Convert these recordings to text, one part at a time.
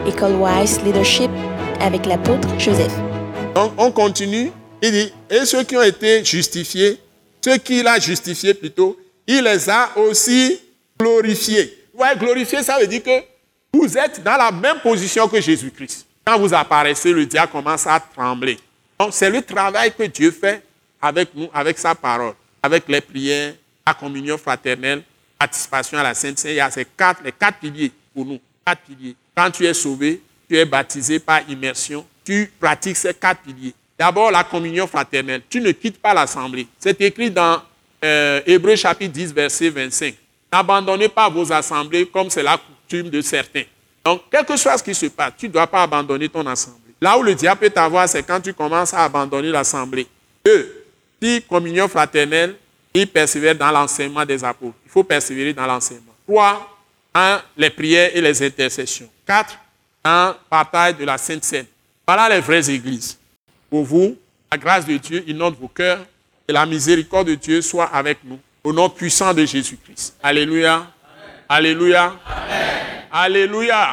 École Wise Leadership avec l'apôtre Joseph. Donc, on continue. Il dit, et ceux qui ont été justifiés, ceux qu'il a justifiés plutôt, il les a aussi glorifiés. Ouais, glorifier, ça veut dire que vous êtes dans la même position que Jésus-Christ. Quand vous apparaissez, le diable commence à trembler. Donc, c'est le travail que Dieu fait avec nous, avec sa parole, avec les prières, la communion fraternelle, participation à la Sainte Seine. Il y a les quatre piliers pour nous. 4 piliers. Quand tu es sauvé, tu es baptisé par immersion, tu pratiques ces 4 piliers. D'abord, la communion fraternelle. Tu ne quittes pas l'assemblée. C'est écrit dans Hébreux chapitre 10, verset 25. N'abandonnez pas vos assemblées comme c'est la coutume de certains. Donc, quel que soit ce qui se passe, tu ne dois pas abandonner ton assemblée. Là où le diable peut t'avoir, c'est quand tu commences à abandonner l'assemblée. 2. Si communion fraternelle, il persévère dans l'enseignement des apôtres. Il faut persévérer dans l'enseignement. 3. Les prières et les intercessions. 4. Un partage de la Sainte Seine. Voilà les vraies églises. Pour vous, la grâce de Dieu inonde vos cœurs et la miséricorde de Dieu soit avec nous. Au nom puissant de Jésus-Christ. Alléluia. Amen. Alléluia. Amen. Alléluia.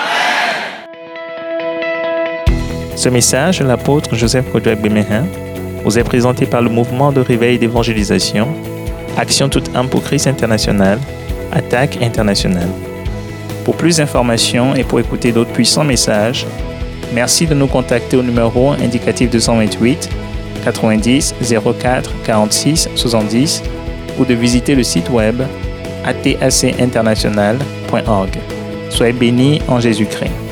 Amen. Ce message de l'apôtre Joseph Kodouak Bemehin vous est présenté par le mouvement de réveil et d'évangélisation, Action toute âme pour Christ international, Attaque internationale. Pour plus d'informations et pour écouter d'autres puissants messages, merci de nous contacter au numéro indicatif 228 90 04 46 70 ou de visiter le site web atacinternational.org. Soyez bénis en Jésus-Christ.